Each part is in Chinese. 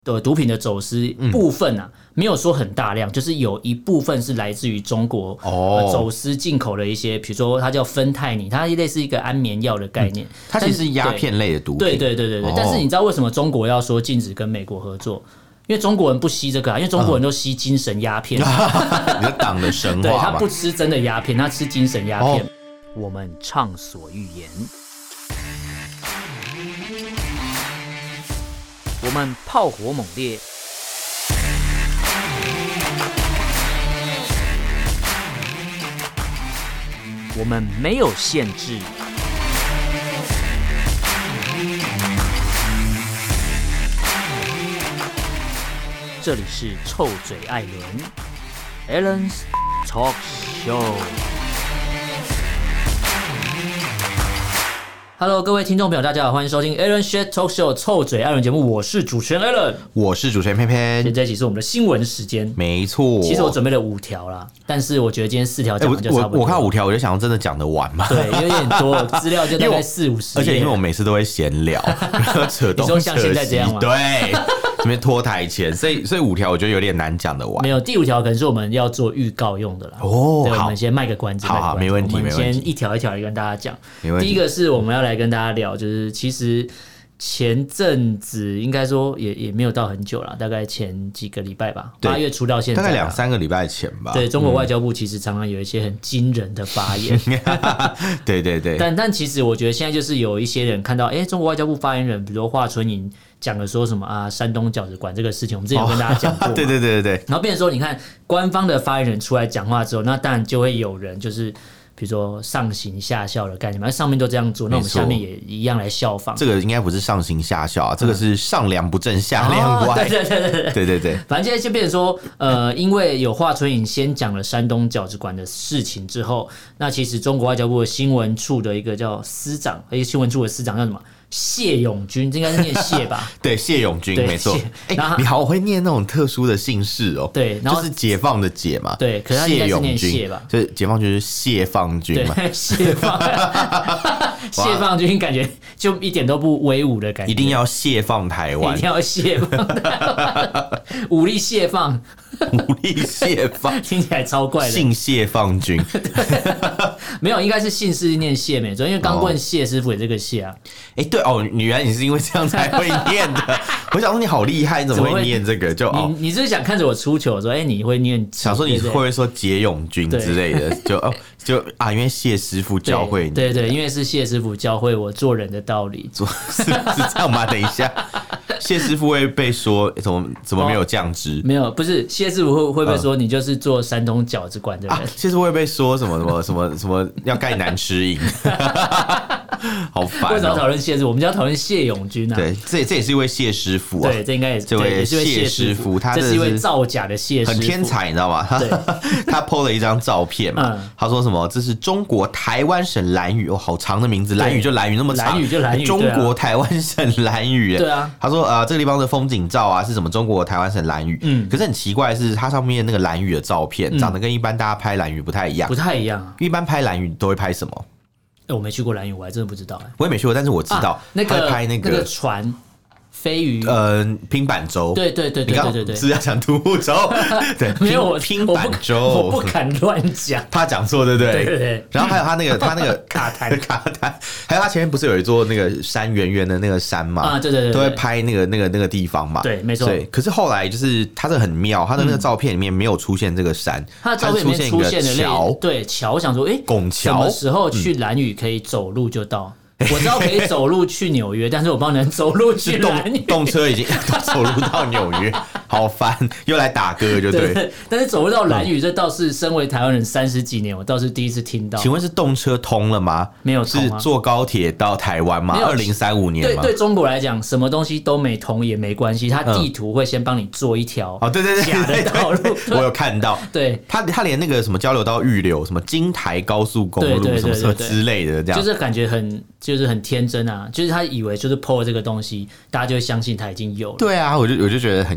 的毒品的走私部分啊，没有说很大量，就是有一部分是来自于中国走私进口的一些，比如说它叫芬太尼，它类似一个安眠药的概念， 它其实是鸦片类的毒品。 对。但是你知道为什么中国要说禁止跟美国合作？因为中国人不吸这个啊，因为中国人都吸精神鸦片。 你的党的神话对，他不吃真的鸦片，他吃精神鸦片。我们畅所欲言，我们炮火猛烈，我们没有限制。这里是臭嘴艾伦 Alan's Talk Show。Hello， 各位听众朋友，大家好，欢迎收听 Alan Shit Talk Show 臭嘴艾伦节目，我是主持人 Alan， 我是主持人偏偏。 现在一起是我们的新闻时间， 没错。 其实我准备了5条啦，但是我觉得今天4条讲完就差不多。 我看5条，我就想真的讲得完吗？ 对，有点多，资料就大概40-50页。 而且因为我每次都会闲聊，扯东扯西， 你说像现在这样吗？ 对。这边拖台前，所以5条我觉得有点难讲得完。 没有，第5条可能是我们要做预告用的啦。哦，对，我们先卖个关子。 好，没问题， 我们先一条一条来跟大家讲。 没问题。 第一个是我们要来跟大家聊，就是其实前阵子应该说也没有到很久了，大概前几个礼拜吧，8月初到现在， 大概2-3个礼拜前吧。 对，中国外交部其实常常有一些很惊人的发言。 对。 但其实我觉得现在就是有一些人看到，中国外交部发言人，比如说华春莹。讲了说什么啊？山东饺子馆这个事情，我们之前有跟大家讲过。 对。 然后变成说，你看官方的发言人出来讲话之后，那当然就会有人就是，比如说上行下效的概念嘛，上面都这样做，那我们下面也一样来效仿。 这个应该不是上行下效啊，这个是上梁不正下梁歪。对。 反正现在就变成说，因为有华春莹先讲了山东饺子馆的事情之后，那其实中国外交部的新闻处的一个叫司长，一个新闻处的司长叫什么？谢永军，这应该是念谢吧？ 对，谢永军，没错。你好会念那种特殊的姓氏哦。 对，然后就是解放的解嘛。 对，可是他应该是念谢吧？ 就是解放军是谢放军嘛？ 谢放军感觉就一点都不威武的感觉。 一定要谢放台湾， 一定要谢放台湾，武力谢放。 武力谢放听起来超怪的， 姓谢放军没有，应该是姓氏念谢没错，因为刚问谢师傅也这个谢啊。 对哦，原来你是因为这样才会念的。我想说你好厉害，你怎么会念这个？就你是想看着我出糗说，你会念？ 想说你会不会说解永军之类的？因为谢师傅教会你。 对，因为是谢师傅教会我做人的道理。 是这样吗？等一下，谢师傅会被说怎么没有降职？ 没有，不是谢师傅会不会说你就是做山东饺子馆的人？ 谢师傅会被说什么要盖南吃营？好烦！ 为什么讨论谢师傅？我们就要讨论谢永军啊。 对，这也是一位谢师傅啊。 对，这应该这位谢师傅， 这是一位造假的谢师傅， 很天才，你知道吗？他 po 了一张照片嘛，他说什么？这是中国台湾省兰屿，好长的名字，兰屿就兰屿那么长，中国台湾省兰屿。 对啊， 他说这个地方的风景照啊是什么？中国台湾省兰屿。可是很奇怪的是，它上面那个兰屿的照片长得跟一般大家拍兰屿不太一样。一般拍兰屿都会拍什么？ 我没去过兰屿，我还真的不知道。 我也没去过，但是我知道他拍那个船。飞鱼， 拼板舟， 对， 你刚是要讲独木舟，对， 没有拼板舟， 我不敢乱讲， 怕讲错，对不对？ 对。 然后还有他那个卡滩，还有他前面不是有一座那个山圆圆的那个山嘛？ 啊，对， 都会拍那个地方嘛？ 对，没错。 对，可是后来就是他这很妙，他的那个照片里面没有出现这个山， 他的照片里面出现的桥， 对，桥，我想说， 拱桥， 什么时候去兰屿可以走路就到？我知道可以走路去纽约，但是我不知道能走路去兰屿。 动车已经走路到纽约，好烦，又来打歌就对。 但是走路到兰屿，这倒是身为台湾人30几年，我倒是第一次听到。 请问是动车通了吗？ 没有通， 是坐高铁到台湾吗？2035年吗？ 对中国来讲，什么东西都没通也没关系，它地图会先帮你做一条对假的道路。 我有看到， 对他连那个什么交流道预留，什么京台高速公路什么之类的，这样就是感觉很天真啊，就是他以为就是 po 这个东西，大家就会相信他已经有了。 对啊，我就觉得很幽默。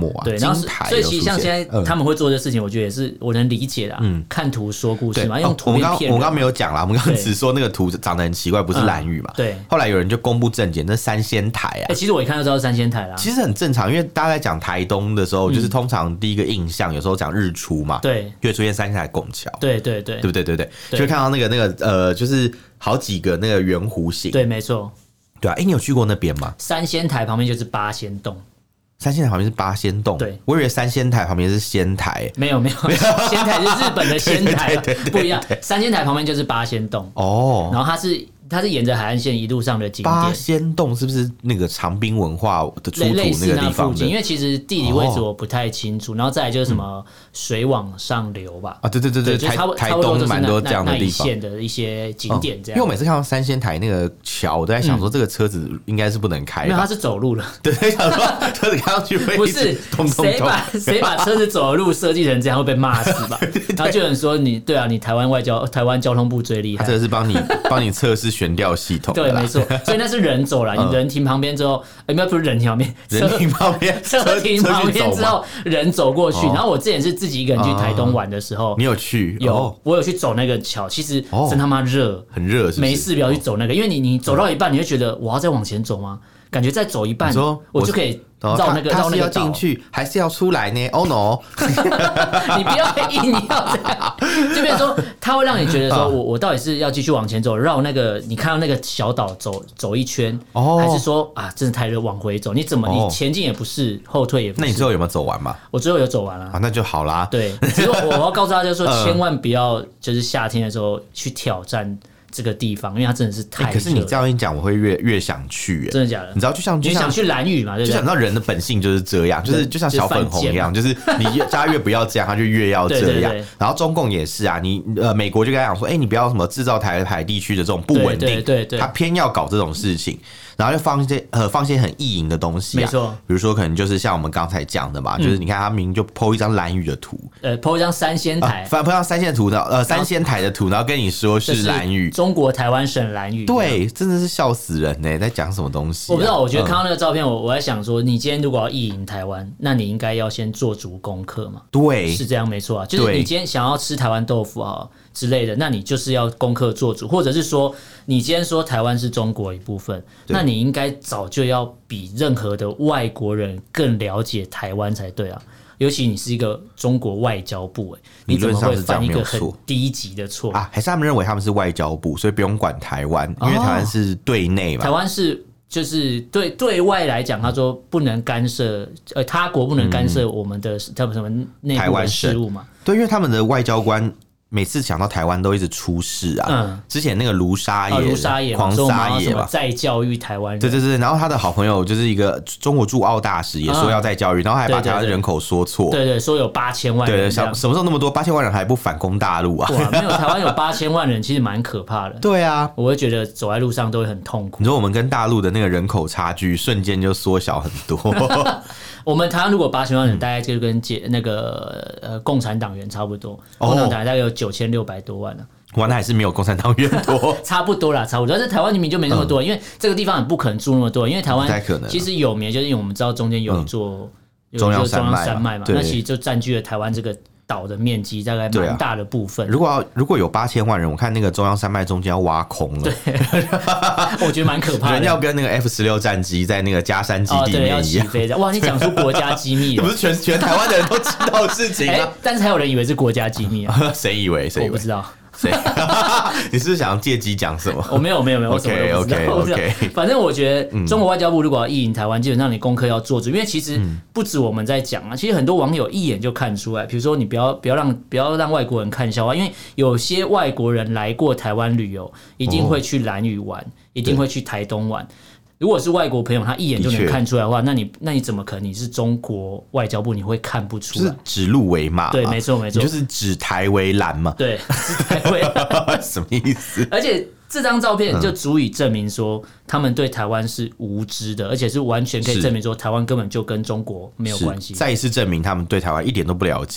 末啊， 对，然后所以其实像现在他们会做这事情，我觉得也是我能理解的。看图说故事嘛，用图片骗人。 我们刚没有讲啦，我们刚只说那个图长得很奇怪，不是兰屿嘛？对。后来有人就公布证件，那三仙台啊。 其实我一看就知道是三仙台啦。 其实很正常，因为大家在讲台东的时候，就是通常第一个印象有时候讲日出嘛，对，就会出现三仙台拱桥，对对对，对不对？对对，就会看到那个就是好几个那个圆弧形， 对，没错。 对啊，你有去过那边吗？ 三仙台旁边就是八仙洞。 三仙台旁边是八仙洞，对，我以为三仙台旁边是仙台， 没有，仙台是日本的仙台，不一样。三仙台旁边就是八仙洞哦，然后它是沿着海岸线一路上的景点。 八仙洞是不是那个长滨文化的出土那个地方？ 因为其实地理位置我不太清楚，然后再来就是什么水往上流吧。 啊，对对对对，台东蛮多这样的地方， 那一线的一些景点这样。 因为我每次看到三仙台那个桥，我都在想说这个车子应该是不能开， 没有，它是走路了。 对，想说车子开上去会不是谁把车子走的路设计成这样会被骂死吧？然后就有人说你对啊，你台湾交通部最厉害， 这个是帮你测试悬吊系统。 对，没错，所以那是人走了，你人停旁边之后，不是人停旁边， 人停旁边， 车停旁边之后，人走过去。然后我之前是自己一个人去台东玩的时候， 你有去？ 我有去走那个桥，其实真他妈热， 很热， 没事不要去走那个，因为你走到一半，你会觉得我要再往前走吗？感觉再走一半，我就可以绕那个他是要进去还是要出来呢 ？Oh no！ 你不要硬要这样，就变成说他会让你觉得说我到底是要继续往前走，绕那个你看到那个小岛走一圈，还是说啊真的太热往回走？你怎么你前进也不是，后退也不是？ 那你最后有没有走完嘛？ 我最后有走完了啊，那就好啦。 对，只是我要告诉大家说，千万不要就是夏天的时候去挑战这个地方，因为它真的是太热了。 可是你这样一讲，我会越想去。 真的假的？ 你知道，就像你想去兰屿嘛？对不对？ 就想到人的本性就是这样，就像小粉红一样，就是你叫他越不要这样，他就越要这样。然后中共也是啊，你美国就跟他讲说，你不要什么制造台海地区的这种不稳定，对，他偏要搞这种事情。然后就放一些很意淫的东西， 没错， 比如说可能就是像我们刚才讲的嘛，就是你看他明明就 po 一张兰屿的图 ，po 一张三仙台 ，po 一张三仙图的三仙台的图，然后跟你说是兰屿， 中国台湾省兰屿， 对，真的是笑死人呢，在讲什么东西？ 我不知道，我觉得看到那个照片，我在想说，你今天如果要意淫台湾，那你应该要先做足功课嘛， 对， 是这样没错啊，就是你今天想要吃台湾豆腐啊之类的，那你就是要功课做足，或者是说你今天说台湾是中国一部分，那你应该早就要比任何的外国人更了解台湾才对啊！尤其你是一个中国外交部，你怎么会犯一个很低级的错啊？还是他们认为他们是外交部，所以不用管台湾，因为台湾是对内嘛。 台湾是就是对外来讲，他说不能干涉，他国不能干涉我们的他们什么内部的事务嘛？ 对，因为他们的外交官。每次想到台湾都一直出事啊！之前那个卢沙野，狂撒野嘛， 再教育台湾人， 对，然后他的好朋友就是一个中国驻澳大使，也说要再教育，然后还把台湾人口说错， 对，说有8000万人， 对，什么时候那么多8000万人还不反攻大陆啊？ 哇，没有，台湾有8000万人，其实蛮可怕的。 对啊， 我会觉得走在路上都会很痛苦。 你说我们跟大陆的那个人口差距瞬间就缩小很多。 我们台湾如果8000万人，大概就跟那个共产党员差不多，共产党员大概有9600多万了。 哇，那还是没有共产党员多， 差不多啦，差不多。但是台湾人民就没那么多，因为这个地方也不可能住那么多，因为台湾其实有名，就是因为我们知道中间有一座中央山脉嘛，那其实就占据了台湾这个岛的面积大概蛮大的部分。 如果有8000万人，我看那个中央山脉中间要挖空了， 对，我觉得蛮可怕的。 人要跟那个 F16战机在那个嘉山基地里面一样。 哇，你讲出国家机密了， 不是全台湾的人都知道的事情啊。 但是还有人以为是国家机密啊？ 谁以为？ 我不知道。 你是不是想借机讲什么？ 我没有，我什么都不知道。 OK， 反正我觉得中国外交部如果要意淫台湾，基本上你功课要做足，因为其实不止我们在讲啊，其实很多网友一眼就看出来。比如说，你不要让外国人看笑话，因为有些外国人来过台湾旅游，一定会去兰屿玩，一定会去台东玩。如果是外国朋友，他一眼就能看出来的话，那你怎么可能？你是中国外交部，你会看不出来？ 就是指鹿为马， 对，没错， 你就是指台为蓝嘛， 对，指台为蓝， 什么意思？ 而且这张照片就足以证明说，他们对台湾是无知的，而且是完全可以证明说，台湾根本就跟中国没有关系。 再一次证明他们对台湾一点都不了解。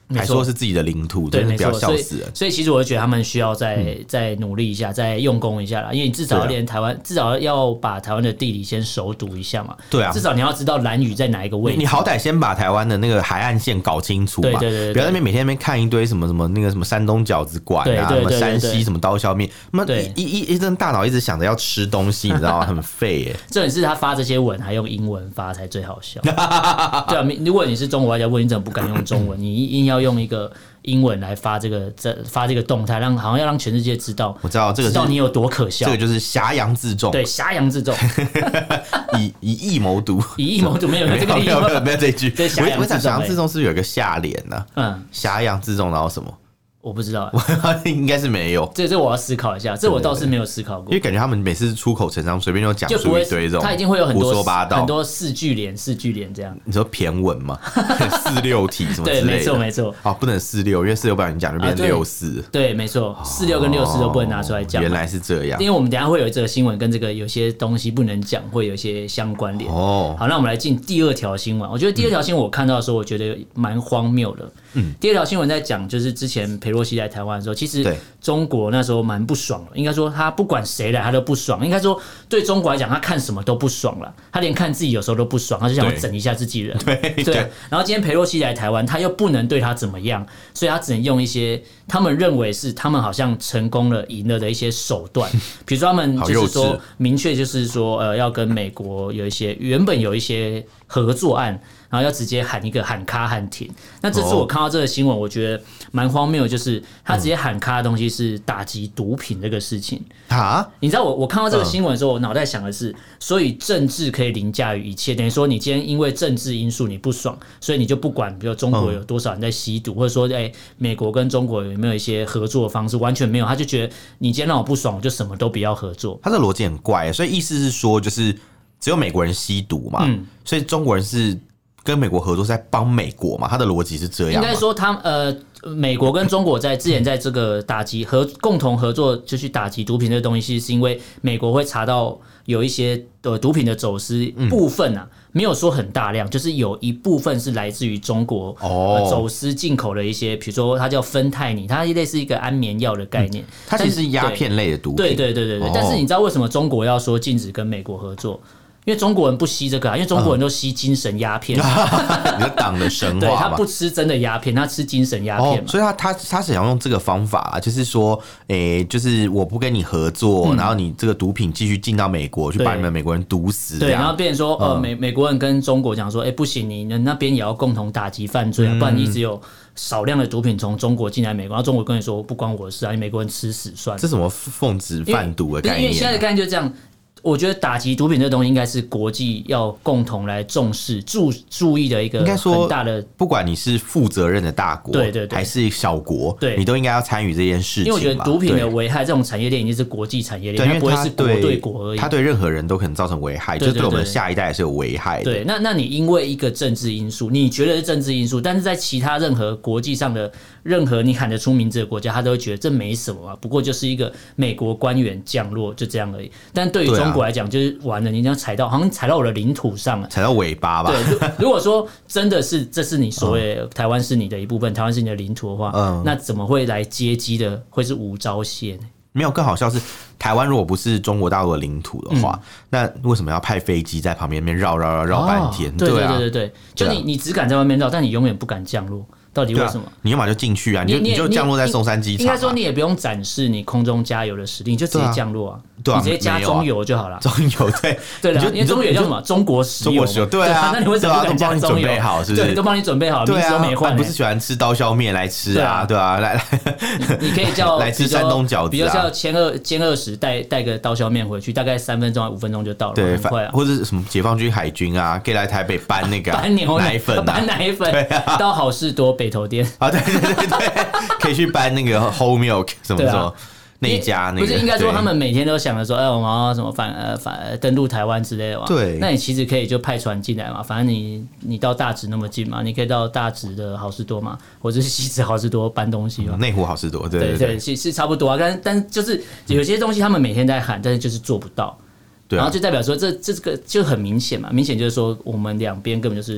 还说是自己的领土，真的不要笑死人。 所以其实我就觉得他们需要再努力一下，再用功一下啦，因为你至少连台湾，至少要把台湾的地理先熟读一下嘛。 对啊， 至少你要知道兰屿在哪一个位置。 你好歹先把台湾的那个海岸线搞清楚嘛， 对， 不要在那边每天那边看一堆什么那个什么山东饺子馆啊，什么山西什么刀削面，那一阵大脑一直想着要吃东西，你知道吗？很废耶。 重点是他发这些文还用英文发才最好笑。对啊，如果你是中国外交部，你怎么不敢用中文？你硬要用一个英文来发这个动态，好像要让全世界知道， 我知道这个， 知道你有多可笑。 这个就是挟洋自重， 对，挟洋自重， 以义谋独， 以义谋独，没有这个， 没有这一句。我想挟洋自重是不是有一个下联呢？挟洋自重然后什么？我不知道， 应该是没有。 这我要思考一下，这我倒是没有思考过。 因为感觉他们每次出口成章，随便就讲出一堆这种， 他一定会有很多胡说八道， 很多四句联这样。 你说骈文吗？46体什么之类的？ 对，没错。 哦，不能46，因为46不然你讲就变64。 对，没错，46跟64都不能拿出来讲。 原来是这样。 因为我们等一下会有这个新闻跟这个有些东西不能讲，会有一些相关联。哦，好，那我们来进第二条新闻。我觉得第二条新闻我看到的时候，我觉得蛮荒谬的。第二条新闻在讲，就是之前裴洛西来台湾的时候，其实中国那时候蛮不爽的。应该说他不管谁来他都不爽，应该说对中国来讲他看什么都不爽了，他连看自己有时候都不爽，他就想要整一下自己人。对。然后今天裴洛西来台湾，他又不能对他怎么样，所以他只能用一些他们认为是他们好像成功了赢了的一些手段，比如说他们就是说明确就是说要跟美国原本有一些合作案，然后要直接喊卡喊停。那这次我看到这个新闻，我觉得蛮荒谬，就是他直接喊卡的东西是打击毒品这个事情啊！你知道我看到这个新闻的时候，我脑袋想的是，所以政治可以凌驾于一切，等于说你今天因为政治因素你不爽，所以你就不管，比如中国有多少人在吸毒，或者说美国跟中国有没有一些合作的方式，完全没有，他就觉得你今天让我不爽，我就什么都不要合作。 他的逻辑很怪，所以意思是说，就是只有美国人吸毒嘛，所以中国人是跟美国合作是在帮美国嘛？他的逻辑是这样吗？ 应该说美国跟中国之前在这个共同合作，就去打击毒品这个东西，是因为美国会查到有一些毒品的走私部分啊，没有说很大量，就是有一部分是来自于中国走私进口的一些，比如说它叫芬太尼，它类似一个安眠药的概念， 它其实是鸦片类的毒品。 对。但是你知道为什么中国要说禁止跟美国合作？因为中国人不吸这个因为中国人都吸精神鸦片， 你的党的神话嘛。 对，他不吃真的鸦片，他吃精神鸦片嘛。 所以他想要用这个方法就是说，就是我不跟你合作，然后你这个毒品继续进到美国，去把你们美国人毒死。 对，然后变成说，美国人跟中国讲说，不行，你那边也要共同打击犯罪不然你只有少量的毒品从中国进来美国，然后中国跟你说不关我的事你美国人吃死算了。 这什么奉旨贩毒的概念？ 因为现在的概念就是这样。我觉得打击毒品这个东西应该是国际要共同来重视、注意的一个很大的。 不管你是负责任的大国，对，还是小国，对，你都应该要参与这件事情。 因为我觉得毒品的危害，这种产业链已经是国际产业链，它不会是国对国而已。 它对任何人都可能造成危害，就是对我们下一代也是有危害的。 对，那你因为一个政治因素，你觉得是政治因素，但是在其他任何国际上的任何你喊得出名字的国家，他都会觉得这没什么不过就是一个美国官员降落就这样而已。但对于中国来讲，就是完了，你这样好像踩到我的领土上了， 踩到尾巴吧。 对，如果说真的是这是你所谓台湾是你的一部分，台湾是你的领土的话，那怎么会来接机的会是吴钊燮呢？ 没有，更好笑是台湾如果不是中国大陆的领土的话，那为什么要派飞机在旁边绕半天？ 对，就你只敢在外面绕，但你永远不敢降落。到底为什么？ 你要嘛就进去啊，你就降落在松山机场。 应该说你也不用展示你空中加油的实力，你就直接降落啊。 对啊， 你直接加中油就好了。 中油对了，因为中油叫什么？中国石油。 对啊， 那你为什么不敢加中油？ 都帮你准备好，是不是？ 对，都帮你准备好，名字都没换。 不是喜欢吃刀削面来吃啊？对啊，来， 你可以叫来吃山东饺子， 比如叫歼20带个刀削面回去，大概3分钟5分钟就到了，很快啊。 或者什么解放军海军啊，可以来台北搬那个搬牛奶粉， 搬奶粉，到好事多北投店啊，对，可以去搬那个 whole milk 什么那一家那个， 不是应该说他们每天都想着说，我们要什么登陆台湾之类的嘛？ 对， 那你其实可以就派船进来嘛，反正你到大直那么近嘛，你可以到大直的好事多嘛，或者是西直好事多搬东西嘛， 内湖好事多，对， 是差不多啊。但就是有些东西他们每天在喊，但是就是做不到，然后就代表说这个就很明显嘛，明显就是说我们两边根本就是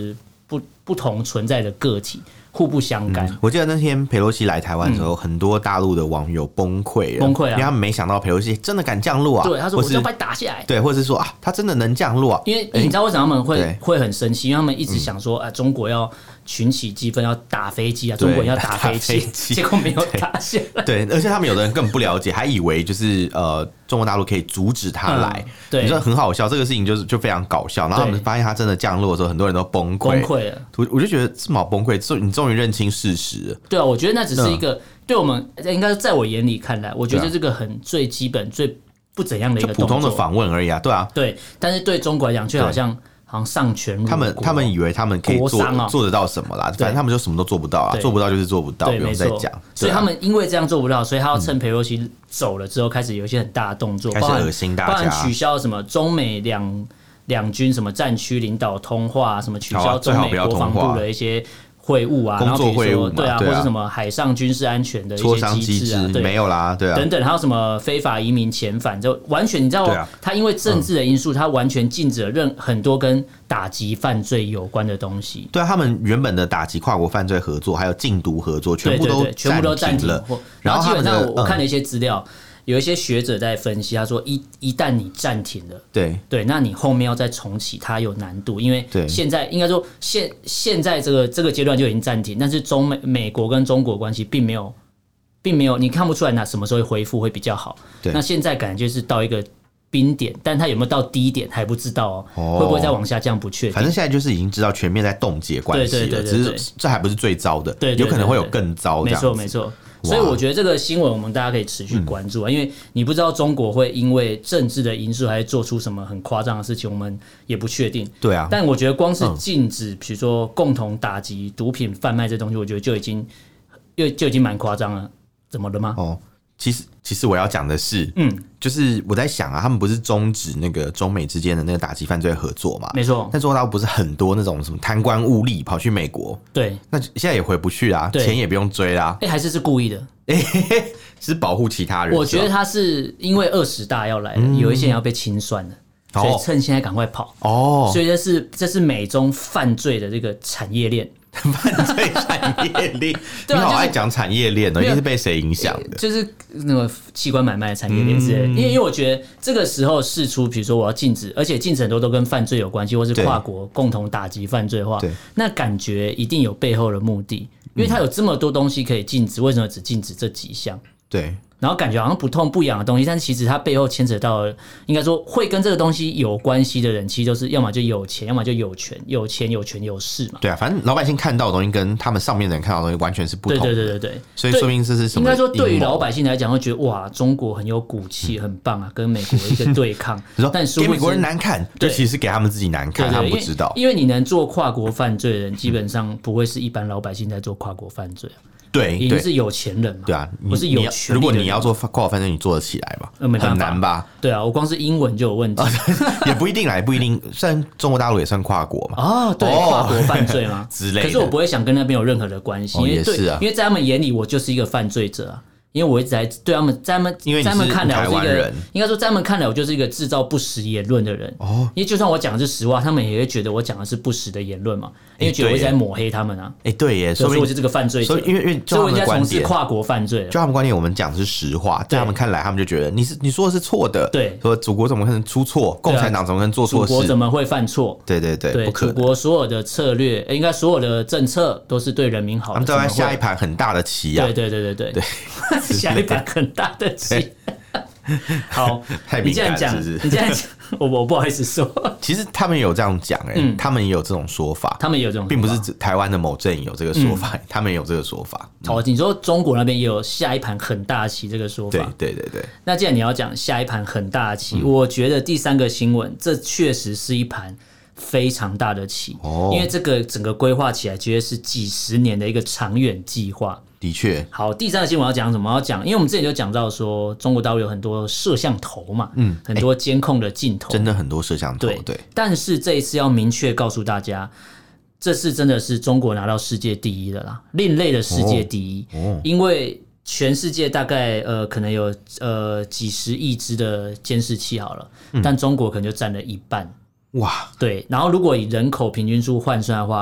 不同存在的个体。互不相干。 我记得那天裴洛西来台湾的时候，很多大陆的网友崩溃了，因为他们没想到裴洛西真的敢降落啊！ 对，他说我就要把你打下来。 对，或者是说啊，他真的能降落啊？ 因为你知道为什么他们会很生气？因为他们一直想说啊，中国要群起激愤，要打飞机啊，中国人要打飞机，结果没有打下来。 对，而且他们有的人根本不了解，还以为就是中国大陆可以阻止他来。对，你说很好笑，这个事情就非常搞笑。然后他们发现他真的降落的时候，很多人都崩溃了。 我就觉得这么崩溃，你终于认清事实了。 对啊，我觉得那只是一个对我们应该在我眼里看来，我觉得这个很最基本、最不怎样的一个普通的访问而已啊。对啊， 对。但是对中国来讲，却好像丧权辱国。 他们以为他们可以做得到什么啦？反正他们就什么都做不到啊，做不到就是做不到，不用再讲。 所以他们因为这样做不到，所以他要趁裴洛西走了之后，开始有一些很大的动作， 开始恶心大家， 包含取消什么中美两军什么战区领导通话，什么取消中美国防部的一些会晤啊， 工作会晤嘛， 对啊，或者什么海上军事安全的一些机制啊， 没有啦，对啊， 等等，还有什么非法移民遣返，就完全你知道，他因为政治的因素，他完全禁止了很多跟打击犯罪有关的东西。 对啊，他们原本的打击跨国犯罪合作，还有禁毒合作，全部都暂停了。 然后基本上我看了一些资料。有一些学者在分析，他说一旦你暂停了，对，那你后面要再重启，它有难度，因为现在应该说现在这个阶段就已经暂停，但是美国跟中国关系并没有，你看不出来什么时候会恢复会比较好。那现在感觉就是到一个冰点，但它有没有到低点还不知道哦，会不会再往下降不确定。 反正现在就是已经知道全面在冻结关系了，只是这还不是最糟的，有可能会有更糟这样子。 没错。所以我觉得这个新闻我们大家可以持续关注啊，因为你不知道中国会因为政治的因素还是做出什么很夸张的事情，我们也不确定。对啊，但我觉得光是禁止，比如说共同打击毒品贩卖这东西，我觉得就已经蛮夸张了。怎么了吗？哦。 其实我要讲的是，就是我在想啊，他们不是终止那个中美之间的那个打击犯罪合作嘛？ 没错。 但中国大陆不是很多那种什么贪官污吏跑去美国？对。那现在也回不去啦，钱也不用追啦。 还是故意的？ 是保护其他人。 我觉得他是因为20大要来了，有一些人要被清算了。所以趁现在赶快跑哦！所以这是美中犯罪的这个产业链。 犯罪产业链，你好爱讲产业链哦，一定是被谁影响的？ 就是那个器官买卖的产业链之类的。因为我觉得这个时候释出，比如说我要禁止，而且禁止很多都跟犯罪有关系，或是跨国共同打击犯罪的话，那感觉一定有背后的目的，因为它有这么多东西可以禁止，为什么只禁止这几项？对。然后感觉好像不痛不痒的东西，但是其实它背后牵扯到，应该说会跟这个东西有关系的人，其实都是要么就有钱，要么就有权，有权有势嘛。 对啊，反正老百姓看到的东西跟他们上面的人看到的东西完全是不同的。对。所以说明这是什么？ 应该说对于老百姓来讲，会觉得哇，中国很有骨气，很棒啊，跟美国一个对抗。 但给美国人难看，就其实给他们自己难看，他们不知道。 因为你能做跨国犯罪的人，基本上不会是一般老百姓在做跨国犯罪。 对， 已经是有钱人嘛？ 对啊， 不是有权。 如果你要做跨国犯罪，你做得起来吗？很难吧？ 对啊，我光是英文就有问题， 也不一定啦，不一定。虽然中国大陆也算跨国嘛。 哦，对，跨国犯罪吗？ 之类的。 可是我不会想跟那边有任何的关系，因为因为在他们眼里，我就是一个犯罪者啊。因为我一直在对他们，在他们看来，我是一个应该说，在他们看来，我就是一个制造不实言论的人。哦，因为就算我讲的是实话，他们也会觉得我讲的是不实的言论嘛。因为觉得我一直在抹黑他们啊。 对耶， 所以我是这个犯罪者。 所以因为所以我应该从事跨国犯罪。 就他们观点，我们讲的是实话，在他们看来，他们就觉得你说的是错的。对，说祖国怎么可能出错？共产党怎么可能做错事？ 祖国怎么会犯错？ 对，不可能。 祖国所有的策略，应该所有的政策都是对人民好的。 他们都在下一盘很大的棋啊！ 对，下一盘很大的棋。好，你这样讲，你这样讲，我不好意思说。 其实他们有这样讲，他们也有这种说法， 他们也有这种， 并不是台湾的某阵营有这个说法，他们有这个说法。 哦，你说中国那边也有下一盘很大棋这个说法， 对。 那既然你要讲下一盘很大的棋，我觉得第3个新闻，这确实是一盘非常大的棋，因为这个整个规划起来，绝对是几十年的一个长远计划。 的确。 好，第3个新闻要讲什么？要讲，因为我们之前就讲到说，中国大陆有很多摄像头嘛，很多监控的镜头， 真的很多摄像头。对。 但是这一次要明确告诉大家，这次真的是中国拿到世界第一的啦，另类的世界第一。因为全世界大概可能有几十亿只的监视器好了，但中国可能就占了1半。哇，对。然后如果以人口平均数换算的话，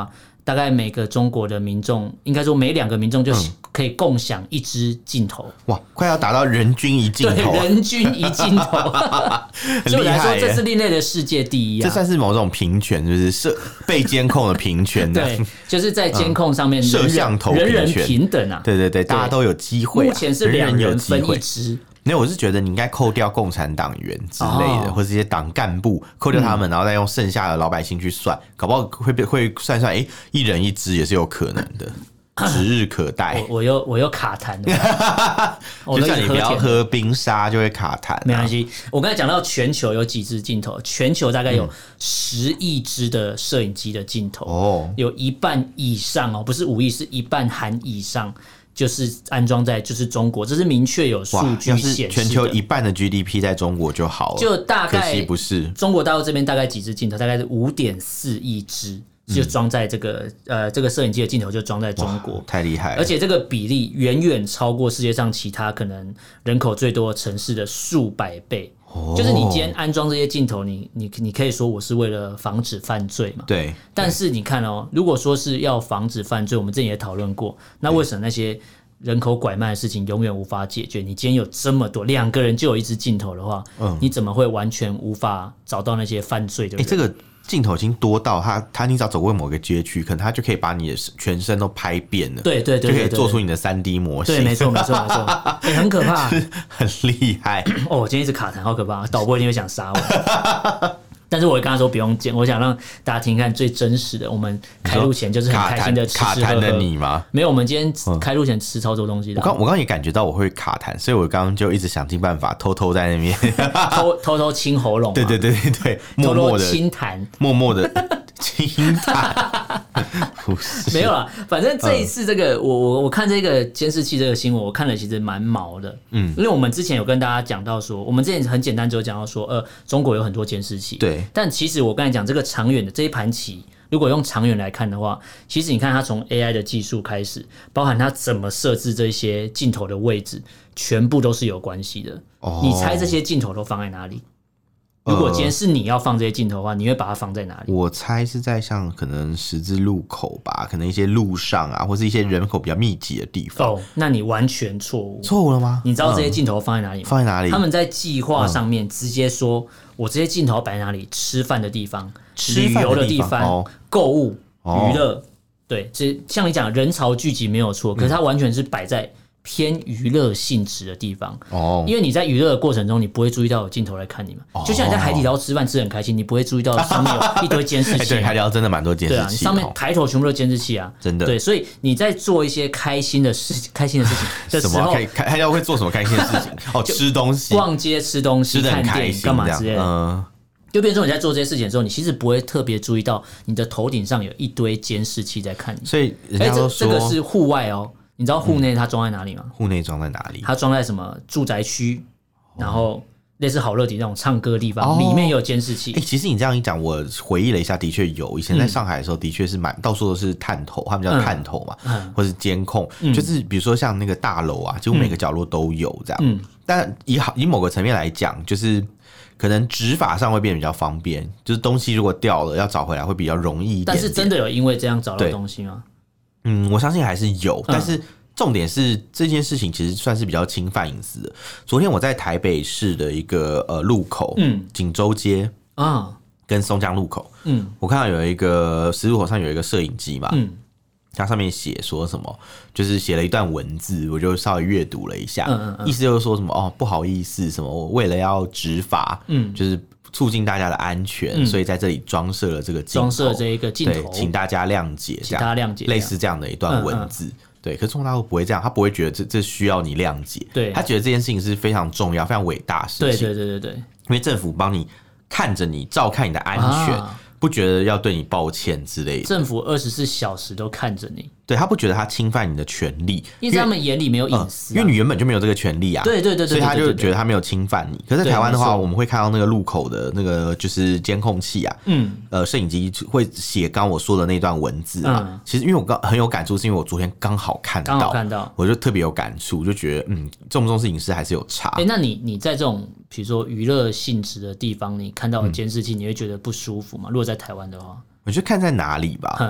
大概每个中国的民众，应该说每2个民众就可以共享1支镜头。 哇，快要达到人均1镜头， 对，人均1镜头，所以我来说这是另类的世界第一啊！ 这算是某种平权，就是被监控的平权的， 对，就是在监控上面摄像头人人平等啊！ 对对对，大家都有机会， 目前是2人分1支。 没有，我是觉得你应该扣掉共产党员之类的，或者一些党干部，扣掉他们，然后再用剩下的老百姓去算，搞不好会算算，1人1支也是有可能的。指日可待。 我又卡痰了， 就像你不要喝冰沙就会卡痰。 没关系，我刚才讲到全球有几支镜头，全球大概有10亿支的摄影机的镜头，有一半以上哦，不是5亿，是一半含以上。就是安装在就是中国，这是明确有数据显示的。 全球一半的 GDP 在中国就好了， 就大概可惜不是中国大陆这边大概几支镜头，大概是5.4亿支。就装在这个摄影机的镜头就装在中国， 太厉害了！ 而且这个比例远远超过世界上其他可能人口最多的城市的数百倍。就是你今天安装这些镜头，你可以说我是为了防止犯罪嘛？ 对。 但是你看哦，如果说是要防止犯罪，我们之前也讨论过，那为什么那些人口拐卖的事情永远无法解决？你今天有这么多2个人就有1支镜头的话，你怎么会完全无法找到那些犯罪的人？ 这个镜头已经多到他你只要走过某个街区，可能他就可以把你的全身都拍遍了， 对，就可以做出你的3D 模型。 对，没错，很可怕， 很厉害。 哦，我今天一直卡痰，好可怕，导播一定会想杀我。但是我跟他说不用剪，我想让大家听看最真实的。我们开录前就是很开心的吃吃喝喝。 卡痰的你吗？ 没有，我们今天开录前吃超多东西的。 我刚也感觉到我会卡痰，所以我刚刚就一直想尽办法偷偷在那边偷偷清喉咙。 对，默默的清痰， 默默的清痰。不是， 没有啦，反正这一次这个我看这个监视器这个新闻，我看了其实蛮毛的。因为我们之前有跟大家讲到说，我们之前很简单就讲到说，中国有很多监视器。 对。 但其实我刚才讲这个长远的这一盘棋，如果用长远来看的话，其实你看它从 AI 的技术开始，包含它怎么设置这些镜头的位置，全部都是有关系的。你猜这些镜头都放在哪里？如果今天是你要放这些镜头的话，你会把它放在哪里？ 我猜是在像可能十字路口吧，可能一些路上啊，或是一些人口比较密集的地方。 那你完全错误。 错误了吗？ 你知道这些镜头放在哪里吗？ 放在哪里？ 他们在计划上面直接说，我这些镜头摆在哪里？吃饭的地方、旅游的地方、购物、娱乐。对，像你讲人潮聚集没有错，可是它完全是摆在偏娱乐性质的地方。因为你在娱乐的过程中，你不会注意到有镜头来看你嘛。就像你在海底捞吃饭吃很开心，你不会注意到上面有一堆监视器。 对，海底捞真的蛮多监视器。 对啊，你上面抬头全部都监视器啊， 真的。 对，所以你在做一些开心的事情的时候， 海底捞会做什么开心的事情？吃东西、 逛街、吃东西、看电影干嘛之类的。就变成说你在做这些事情的时候，你其实不会特别注意到你的头顶上有一堆监视器在看你。 所以人家都说这个是户外哦。你知道户内它装在哪里吗？ 户内装在哪里？ 它装在什么住宅区，然后类似好乐迪那种唱歌的地方，里面也有监视器。 其实你这样一讲，我回忆了一下，的确有。以前在上海的时候，的确是到处都是探头，他们叫探头嘛，或是监控，就是比如说像那个大楼啊，几乎每个角落都有这样。但以某个层面来讲，就是可能执法上会变得比较方便，就是东西如果掉了要找回来会比较容易一点。 但是真的有因为这样找到东西吗？ 我相信还是有，但是重点是这件事情其实算是比较侵犯隐私的。昨天我在台北市的一个路口，锦州街跟松江路口，我看到有一个十字路口上有一个摄影机嘛，它上面写说什么，就是写了一段文字，我就稍微阅读了一下，意思就是说什么不好意思，什么我为了要执法，就是促进大家的安全，所以在这里装设了这个镜头， 装设这一个镜头， 对，请大家谅解， 请大家谅解， 类似这样的一段文字。对，可是中国大陆不会这样，他不会觉得这需要你谅解， 对， 他觉得这件事情是非常重要、非常伟大的事情。 对， 因为政府帮你看着你，照看你的安全。不觉得要对你抱歉之类的， 政府24小时都看着你， 对他不觉得他侵犯你的权利， 因为在他们眼里没有隐私， 因为你原本就没有这个权利啊， 对， 所以他就觉得他没有侵犯你。可是在台湾的话，我们会看到那个路口的那个就是监控器啊，摄影机会写刚我说的那段文字嘛。其实因为我很有感触，是因为我昨天刚好看到，我就特别有感触，就觉得重不重视隐私还是有差。 那你在这种比如说娱乐性质的地方，你看到监视器，你会觉得不舒服吗？如果在台湾的话， 我就看在哪里吧。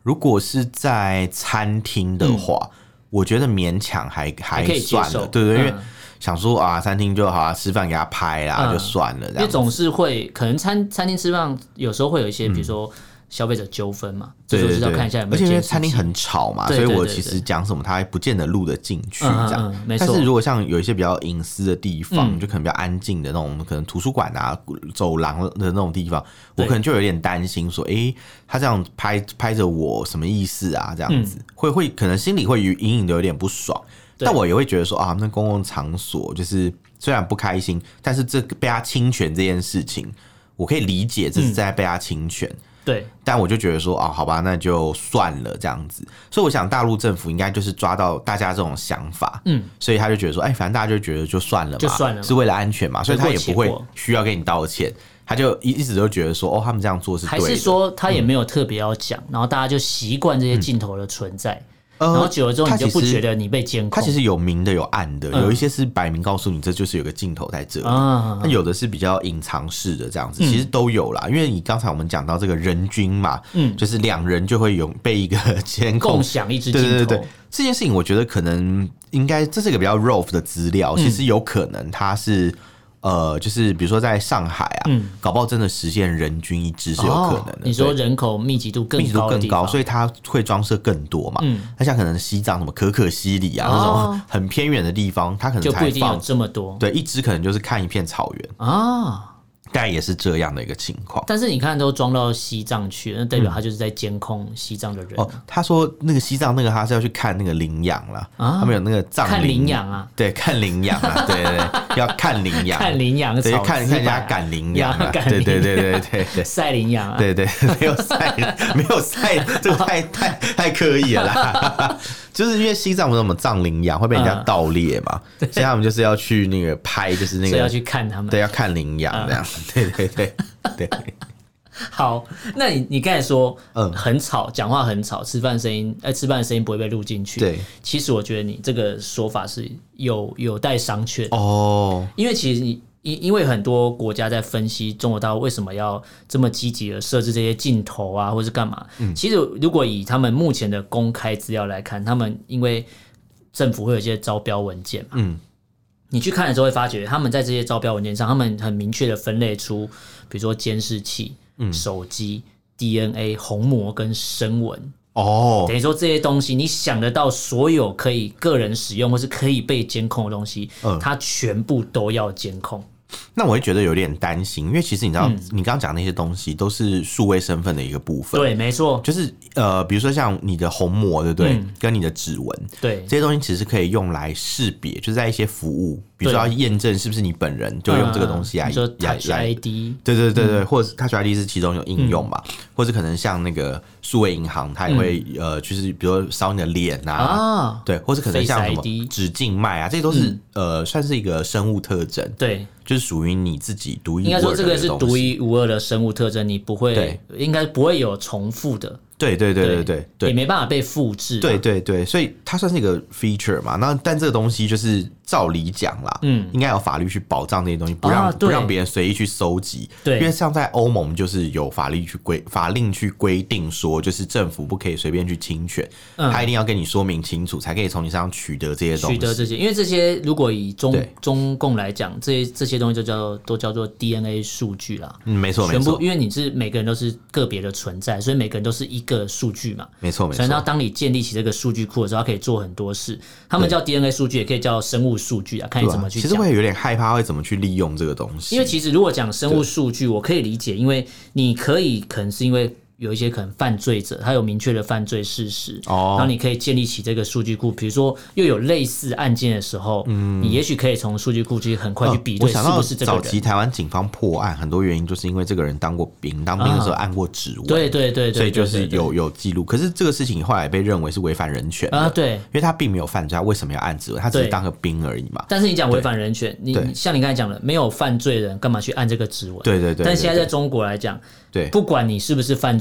如果是在餐厅的话，我觉得勉强还算了，对，因为想说啊，餐厅就好啊，吃饭给他拍啦，就算了这样。 因为总是会可能餐厅吃饭有时候会有一些，比如说消费者纠纷嘛， 对对对， 要看一下有没有监视器。 而且因为餐厅很吵嘛，所以我其实讲什么他还不见得录得进去这样。 没错。 但是如果像有一些比较隐私的地方，就可能比较安静的那种，可能图书馆啊、走廊的那种地方，我可能就有点担心说，他这样拍着我什么意思啊？这样子会可能心里会隐隐的有点不爽。但我也会觉得说啊，那公共场所就是虽然不开心，但是这被他侵权这件事情，我可以理解这是在被他侵权。 对， 但我就觉得说好吧，那就算了这样子。所以我想大陆政府应该就是抓到大家这种想法，所以他就觉得说，反正大家就觉得就算了嘛，是为了安全嘛，所以他也不会需要跟你道歉。他就一直都觉得说，他们这样做是对的， 还是说他也没有特别要讲，然后大家就习惯这些镜头的存在。然后久了之后，你就不觉得你被监控。 它其实有明的有暗的，有一些是摆明告诉你这就是有个镜头在这里，那有的是比较隐藏式的这样子，其实都有啦。因为你刚才我们讲到这个人均嘛，就是2人就会有被一个监控共享一支镜头， 对，这件事情我觉得可能应该这是一个比较 raw 的资料，其实有可能它是。就是比如说在上海啊，搞不好真的实现人均一支是有可能的。 你说人口密集度更高， 所以它会装设更多嘛。那像可能西藏什么可可西里啊，那种很偏远的地方，它可能就不一定有这么多。 对，一支可能就是看一片草原啊。大概也是这样的一个情况， 但是你看都装到西藏去，那代表他就是在监控西藏的人。 他说那个西藏那个他是要去看那个羚羊啦，他们有那个藏看羚羊啊， 对，看羚羊啊，对，要看羚羊， 看羚羊， 对，看人家赶羚羊啊，对， 晒羚羊啊， 对，没有晒，这个太刻意了啦。就是因为西藏不是什么藏羚羊会被人家盗猎嘛，所以他们就是要去那个拍，就是那个要去看他们， 对，要看羚羊这样，对。 好，那你刚才说，很吵，讲话很吵，吃饭的声音不会被录进去。对，其实我觉得你这个说法是有待商榷哦，因为其实因为很多国家在分析中国大陆为什么要这么积极的设置这些镜头啊，或是干嘛。其实如果以他们目前的公开资料来看，他们因为政府会有一些招标文件嘛，你去看的时候会发觉，他们在这些招标文件上，他们很明确的分类出，比如说监视器、手机、DNA、虹膜跟声纹。等于说这些东西，你想得到所有可以个人使用或是可以被监控的东西，它全部都要监控。 那我会觉得有点担心，因为其实你知道，你刚刚讲那些东西都是数位身份的一个部分。 对，没错， 就是比如说像你的虹膜，对不对？跟你的指纹， 对， 这些东西其实可以用来识别，就是在一些服务，比如说要验证是不是你本人，就用这个东西来 Touch ID， 对，或者 Touch ID 是其中有应用嘛，或者可能像那个数位银行，它也会就是比如说扫你的脸啊，对，或者可能像什么指静脉啊，这些都是算是一个生物特征， 对。 就是属于你自己独一无二的东西。 应该说这个是独一无二的生物特征，你不会，应该不会有重复的。 对， 也没办法被复制。 对，所以它算是一个 feature 嘛。但这个东西就是照理讲啦，应该有法律去保障这些东西，不让别人随意去搜集。对，因为像在欧盟就是有法令去规定说，就是政府不可以随便去侵权，他一定要跟你说明清楚，才可以从你身上取得这些东西。 因为这些如果以中共来讲，这些东西都叫做 DNA 数据啦。 没错， 全部因为你是每个人都是个别的存在，所以每个人都是一个数据嘛。 没错。 所以当你建立起这个数据库的时候，它可以做很多事。他们叫 DNA 数据，也可以叫生物数据啊，看你怎么去讲。 其实会有点害怕，会怎么去利用这个东西。 因为其实如果讲生物数据，我可以理解，因为你可能是因为有一些可能犯罪者，他有明确的犯罪事实，然后你可以建立起这个数据库。比如说又有类似案件的时候，你也许可以从数据库去很快去比对是不是这个人。 早期台湾警方破案很多原因就是因为这个人当过兵，当兵的时候按过指纹， 对， 所以就是有记录。可是这个事情后来被认为是违反人权的，对，因为他并没有犯罪，他为什么要按指纹？他只是当个兵而已嘛。 但是你讲违反人权，你像你刚才讲的，没有犯罪的人干嘛去按这个指纹？ 对。 但现在在中国来讲，对，不管你是不是犯罪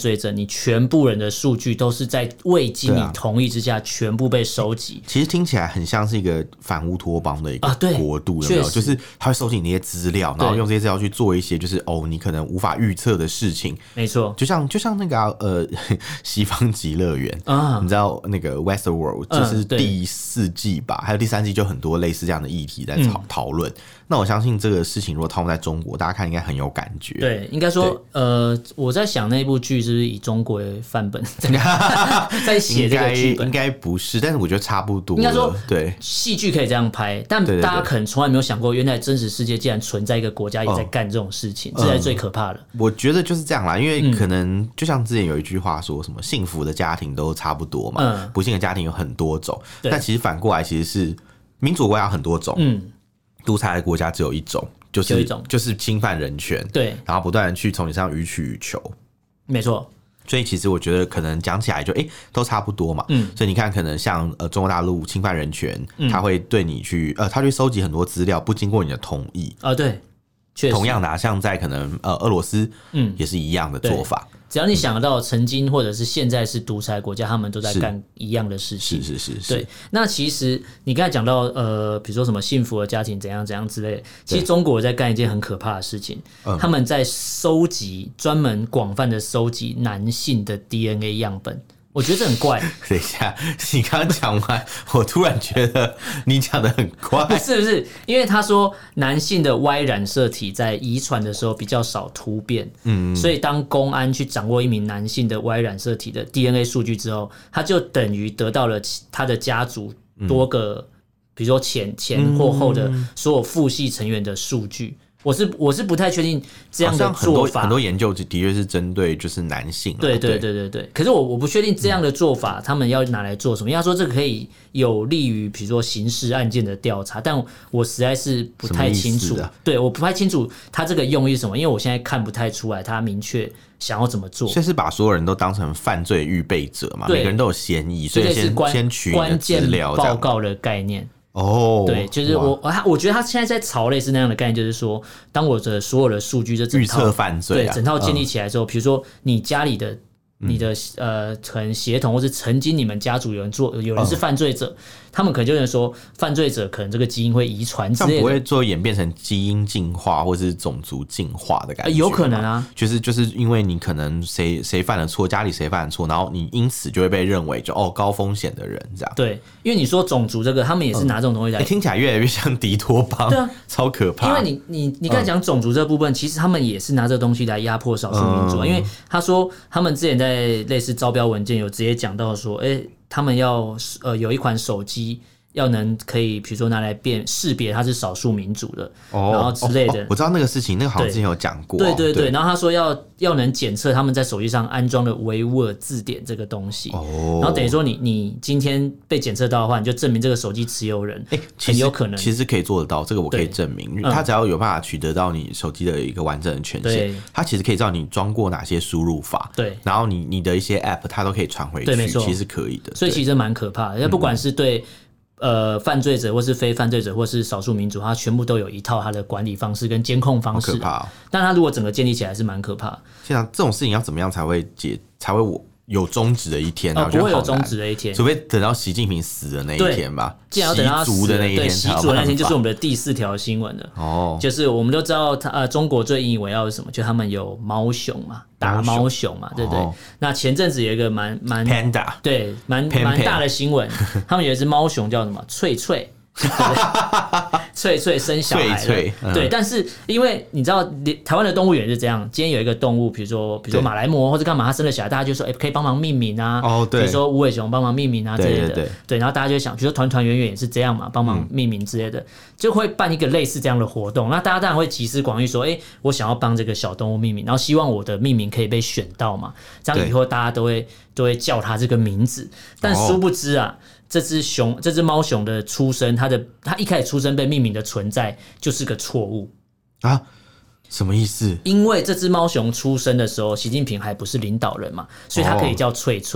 罪者，你全部人的数据都是在未经你同意之下全部被收集。 其实听起来很像是一个反乌托邦的一个国度，有没有？就是他会收集你那些资料，然后用这些资料去做一些就是你可能无法预测的事情。 没错， 就像那个西方极乐园啊，你知道那个 Westworld 就是第4季吧，还有第3季就很多类似这样的议题在讨论。那我相信这个事情如果套用在中国，大家看应该很有感觉。 对，应该说，我在想那部剧是不是以中国为范本在写这个剧本？ 应该不是，但是我觉得差不多。 应该说， 对， 戏剧可以这样拍，但大家可能从来没有想过，原来真实世界竟然存在一个国家也在干这种事情，这才是最可怕的。 我觉得就是这样啦，因为可能就像之前有一句话说什么幸福的家庭都差不多嘛，不幸的家庭有很多种。但其实反过来，其实是民主国家有很多种，独裁的国家只有一种。就是侵犯人权， 对， 然后不断的去从你身上予取予求， 没错。 所以其实我觉得可能讲起来就都差不多嘛，所以你看可能像中国大陆侵犯人权，他会对你去他去收集很多资料，不经过你的同意对，确实同样的像在可能俄罗斯也是一样的做法。 只要你想得到曾经或者是现在是独裁国家，他们都在干一样的事情。 是。 对，那其实你刚才讲到比如说什么幸福的家庭怎样怎样之类的，其实中国在干一件很可怕的事情，他们在专门广泛的收集男性的 DNA 样本。我觉得这很怪。 等一下，你刚刚讲完，我突然觉得你讲的很怪。 不是，因为他说男性的 Y 染色体在遗传的时候比较少突变，所以当公安去掌握一名男性的 Y 染色体的 DNA 数据之后，他就等于得到了他的家族多个，比如说前或后的所有父系成员的数据。我是不太确定这样的做法， 很多研究的确是针对就是男性。 对。可是我不确定这样的做法，他们要拿来做什么？因为他说这个可以有利于比如说刑事案件的调查，但我实在是不太清楚。对，我不太清楚他这个用意是什么，因为我现在看不太出来他明确想要怎么做。 所以是把所有人都当成犯罪预备者嘛？每个人都有嫌疑，所以先取你的资料， 关键报告的概念。对，就是我觉得他现在在朝类似那样的概念，就是说，当我的所有的数据这整套预测犯罪， 对整套建立起来之后，比如说你家里的你的可能协同，或是曾经你们家族有人是犯罪者，他们可能就能说犯罪者可能这个基因会遗传之类的， 这样不会做演变成基因进化或是种族进化的感觉？ 有可能啊， 就是因为你可能谁犯了错，家里谁犯了错，然后你因此就会被认为就高风险的人这样。 对，因为你说种族这个，他们也是拿这种东西来， 听起来越来越像敌托邦，对啊，超可怕。 因为你刚才讲种族这部分，其实他们也是拿这个东西来压迫少数民族，因为他说他们之前在类似招标文件有直接讲到说，他们要有一款手机要能可以，比如说拿来识别它是少数民族的，然后之类的。 我知道那个事情，那个好像之前有讲过。 对。然后他说要能检测他们在手机上安装的维吾尔字典这个东西，然后等于说你今天被检测到的话，你就证明这个手机持有人，很有可能其实可以做得到，这个我可以证明，他只要有办法取得到你手机的一个完整的权限，他其实可以知道你装过哪些输入法， 对， 然后你的一些 App 它都可以传回去， 没错， 其实可以的。 所以其实蛮可怕的，不管是对。犯罪者或是非犯罪者或是少数民族，他全部都有一套他的管理方式跟监控方式， 好可怕但他如果整个建立起来是蛮可怕的。 现在这种事情要怎么样才会有终止的一天呢？ 不会有终止的一天， 除非等到习近平死的那一天吧。 既然要等到他死的那一天，习主的那天就是我们的第4条新闻了。就是我们都知道中国最引以为傲是什么？就他们有猫熊嘛，打猫熊嘛，对不对？那前阵子有一个蛮 Panda， 对，蛮大的新闻，他们有一只猫熊叫什么？翠翠。翠翠生小孩了，对，但是因为你知道台湾的动物园是这样，今天有一个动物，比如说马来貘或者干嘛，它生了小孩，大家就说可以帮忙命名啊，比如说无尾熊帮忙命名啊之类的，对，然后大家就想，比如说团团圆圆也是这样嘛，帮忙命名之类的，就会办一个类似这样的活动，那大家当然会集思广益说，我想要帮这个小动物命名，然后希望我的命名可以被选到嘛，这样以后大家都会叫它这个名字，但殊不知啊。这只猫熊的出生，它一开始出生被命名的存在就是个错误啊？什么意思？ 因为这只猫熊出生的时候，习近平还不是领导人嘛，所以它可以叫翠翠。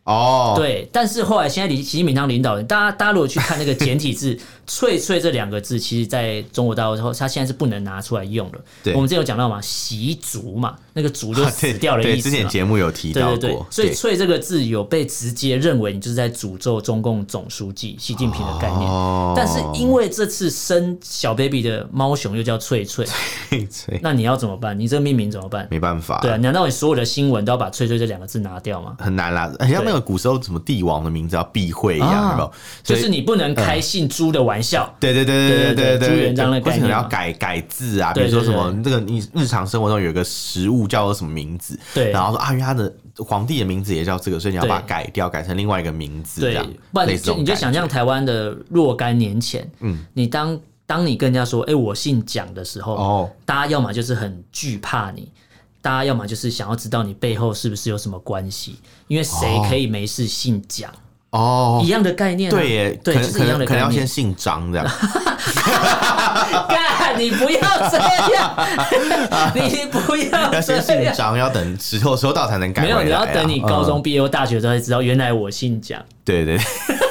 哦， 对，但是后来现在习近平当领导人，大家如果去看那个简体字“翠翠”这2个字，其实在中国大陆之后，它现在是不能拿出来用了。我们之前有讲到嘛，习族嘛，那个族就死掉的意思嘛。 对，之前节目有提到过。 对，所以“翠”这个字有被直接认为你就是在诅咒中共总书记习近平的概念。但是因为这次生小 baby 的猫熊又叫翠翠，那你要怎么办？你这个命名怎么办？ 没办法。 对啊，难道你所有的新闻都要把“翠翠”这2个字拿掉吗？ 很难啦，很像那个古时候什么帝王的名字要避讳一样，有没有？ 就是你不能开姓朱的玩笑。 对， 朱元璋的概念， 或是你要改字啊，比如说什么这个你日常生活中有一个食物叫做什么名字， 对， 然后说啊，因为他的皇帝的名字也叫这个，所以你要把它改掉，改成另外一个名字，这样。 不然你就想象台湾的若干年前，你当你跟人家说，我姓蒋的时候，大家要么就是很惧怕你。大家要么就是想要知道你背后是不是有什么关系，因为谁可以没事姓蒋？一样的概念。 对耶， 对，就是一样的概念。 可能要先姓张这样。 干，你不要这样，你不要要先姓张，要等时候到才能改回来。 没有，你要等你高中毕业或大学之后才知道，原来我姓蒋。 对。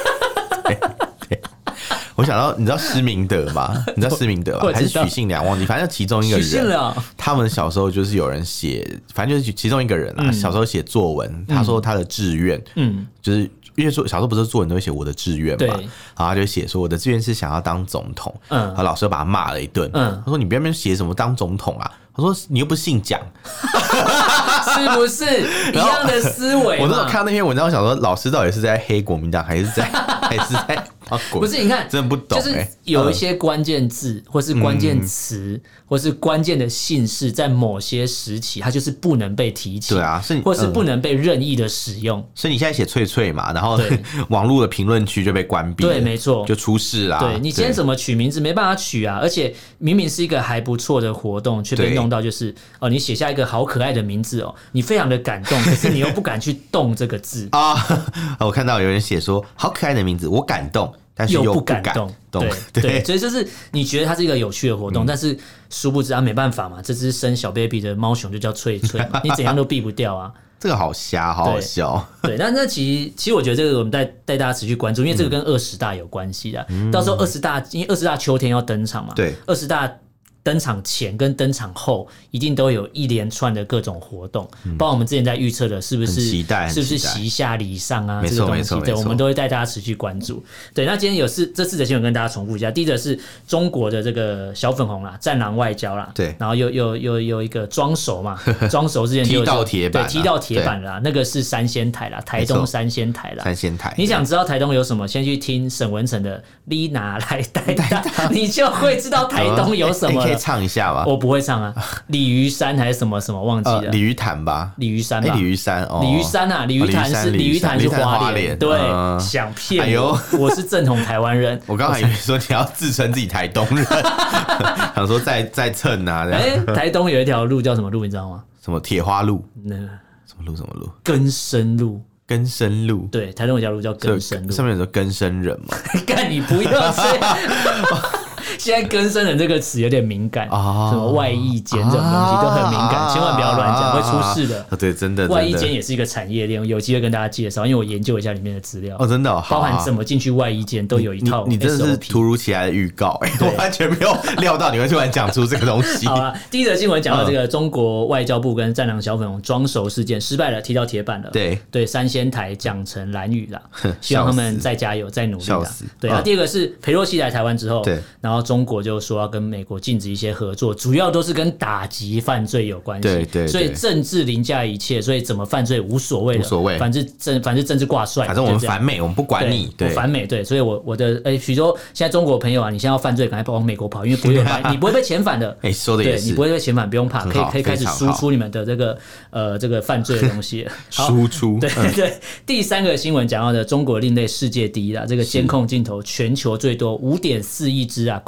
我想到，你知道施明德吗？你知道施明德吗？还是许信良？忘记，反正其中一个人，他们小时候就是有人写，反正就是其中一个人啊，小时候写作文，他说他的志愿，就是因为说小时候不是作文都会写我的志愿嘛，然后他就写说我的志愿是想要当总统，然后老师就把他骂了一顿，他说你不要写什么当总统啊。他说：“你又不是姓蒋， 是不是一样的思维？” 我那时候看到那篇文章，我想说，老师到底是在黑国民党，还是在不是？你看， 真的不懂。 就是有一些关键字，或是关键词，或是关键的姓氏，在某些时期，它就是不能被提起， 对啊， 或是不能被任意的使用。 所以你现在写翠翠嘛，然后网络的评论区就被关闭了， 对，没错， 就出事啦。 对你今天怎么取名字没办法取啊？而且明明是一个还不错的活动，却被弄到就是你写下一个好可爱的名字你非常的感动，可是你又不敢去动这个字啊。 我看到有人写说好可爱的名字，我感动，但是又不敢动。 对，所以就是你觉得它是一个有趣的活动，但是殊不知没办法嘛，这只生小 baby 的猫熊就叫翠翠嘛，你怎样都避不掉啊。 这个好瞎，好好笑。 对，那其实我觉得这个我们带大家持续关注，因为这个跟20大有关系的。到时候20大，因为20大秋天要登场嘛，对，20大登场前跟登场后一定都有一连串的各种活动，包括我们之前在预测的是不是席下礼上啊，这个东西，对，我们都会带大家持续关注。对，那今天这次的新闻跟大家重复一下，第一个是中国的这个小粉红啦，战狼外交啦，对，然后有一个装熟嘛，装熟之前踢到铁板， 踢到铁板啦，那个是三仙台啦，台东三仙台啦， 三仙台。 你想知道台东有什么？先去听沈文成的《你拿来带大》，你就会知道台东有什么了。 可以唱一下吗？ 我不会唱啊，鲤鱼山还是什么什么忘记了？ 鲤鱼潭吧， 鲤鱼山吧， 鲤鱼山哦， 鲤鱼山啊，鲤鱼潭是花莲，对，想骗我，我是正统台湾人。 我刚才以为说你要自称自己台东人，想说再蹭啊。 台东有一条路叫什么路，你知道吗？ 什么铁花路？什么路？ 根生路。 根生路， 对，台东有条路叫根生路， 上面有说根生人嘛？ 干你不要这样。现在根生人这个词有点敏感，什么外衣间这种东西都很敏感，千万不要乱讲，会出事的。 对，真的， 外衣间也是一个产业链，有机会跟大家介绍，因为我研究一下里面的资料。 真的， 包含怎么进去外衣间都有一套 SOP。 你真的是突如其来的预告，我完全没有料到你会突然讲出这个东西。 好了，第一则新闻讲到这个中国外交部跟战狼小粉红装熟事件失败了，踢到铁板了。对，三仙台讲成蓝屿啦，希望他们再加油，再努力啦。对，然后第二个是裴洛西来台湾之后，然后中国就说要跟美国禁止一些合作，主要都是跟打击犯罪有关系。对，所以政治凌驾一切，所以怎么犯罪无所谓了，反正政治挂帅， 反正我们反美，我们不管你。 我反美，对，所以我的许多现在中国朋友啊，你现在要犯罪，赶快往美国跑，因为不会你不会被遣返的。 说的也是， 你不会被遣返，不用怕，可以开始输出你们的这个犯罪的东西。 输出。 对。第三个新闻讲到的中国另类世界第一啦，这个监控镜头全球最多5.4亿只啊，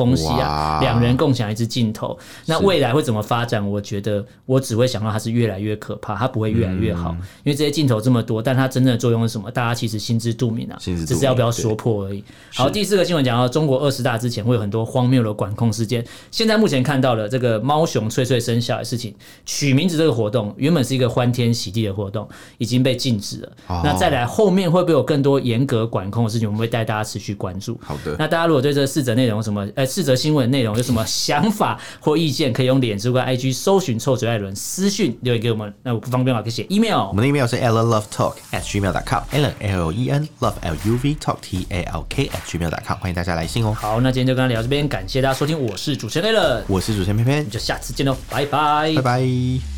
恭喜啊，两人共享一支镜头。那未来会怎么发展？我觉得我只会想到它是越来越可怕，它不会越来越好，因为这些镜头这么多，但它真正的作用是什么？大家其实心知肚明啊，只是要不要说破而已。好，第4个新闻讲到中国20大之前会有很多荒谬的管控事件，现在目前看到了这个猫熊翠翠生小孩的事情，取名字这个活动原本是一个欢天喜地的活动，已经被禁止了。那再来后面会不会有更多严格管控的事情？我们会带大家持续关注。 好的， 那大家如果对这4则内容有什么4则新闻内容有什么想法或意见，可以用脸书跟 IG 搜寻臭嘴艾伦私讯留言给我们。那我不方便的话可以写 email， 我们的 email 是 allenlovetalk@gmail.com allen LOVEN， 欢迎大家来信哦。 好，那今天就跟他聊这边，感谢大家收听，我是主持人 Allen， 我是主持人偏偏， 就下次见喽，拜拜， 拜拜。